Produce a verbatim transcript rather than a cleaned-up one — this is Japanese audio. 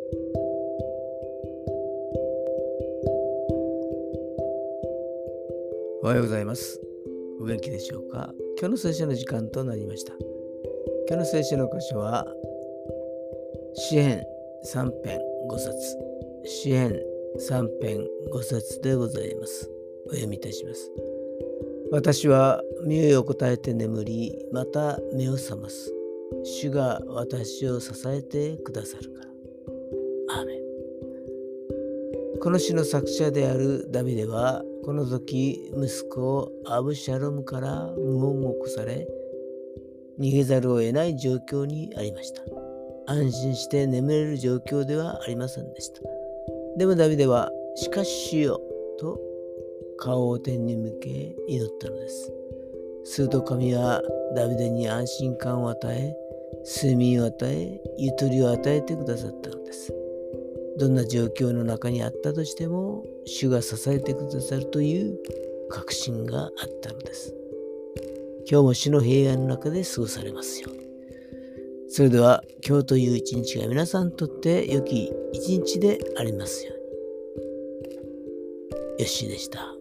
おはようございます。お元気でしょうか。今日の聖書の時間となりました。今日の聖書の箇所は詩編さん編ごさつ、詩編さん編ごさつでございます。お読みいたします。私は身を横たえて眠り、また目を覚ます。主が私を支えてくださるから。アーメン。この詩の作者であるダビデは、この時息子アブシャロムから無言を起こされ、逃げざるを得ない状況にありました。安心して眠れる状況ではありませんでした。でもダビデは、しかし主よと顔を天に向け祈ったのです。すると神はダビデに安心感を与え、睡眠を与え、ゆとりを与えてくださったのです。どんな状況の中にあったとしても、主が支えてくださるという確信があったのです。今日も主の平安の中で過ごされますように。それでは今日という一日が皆さんにとって良き一日でありますように。よっしーでした。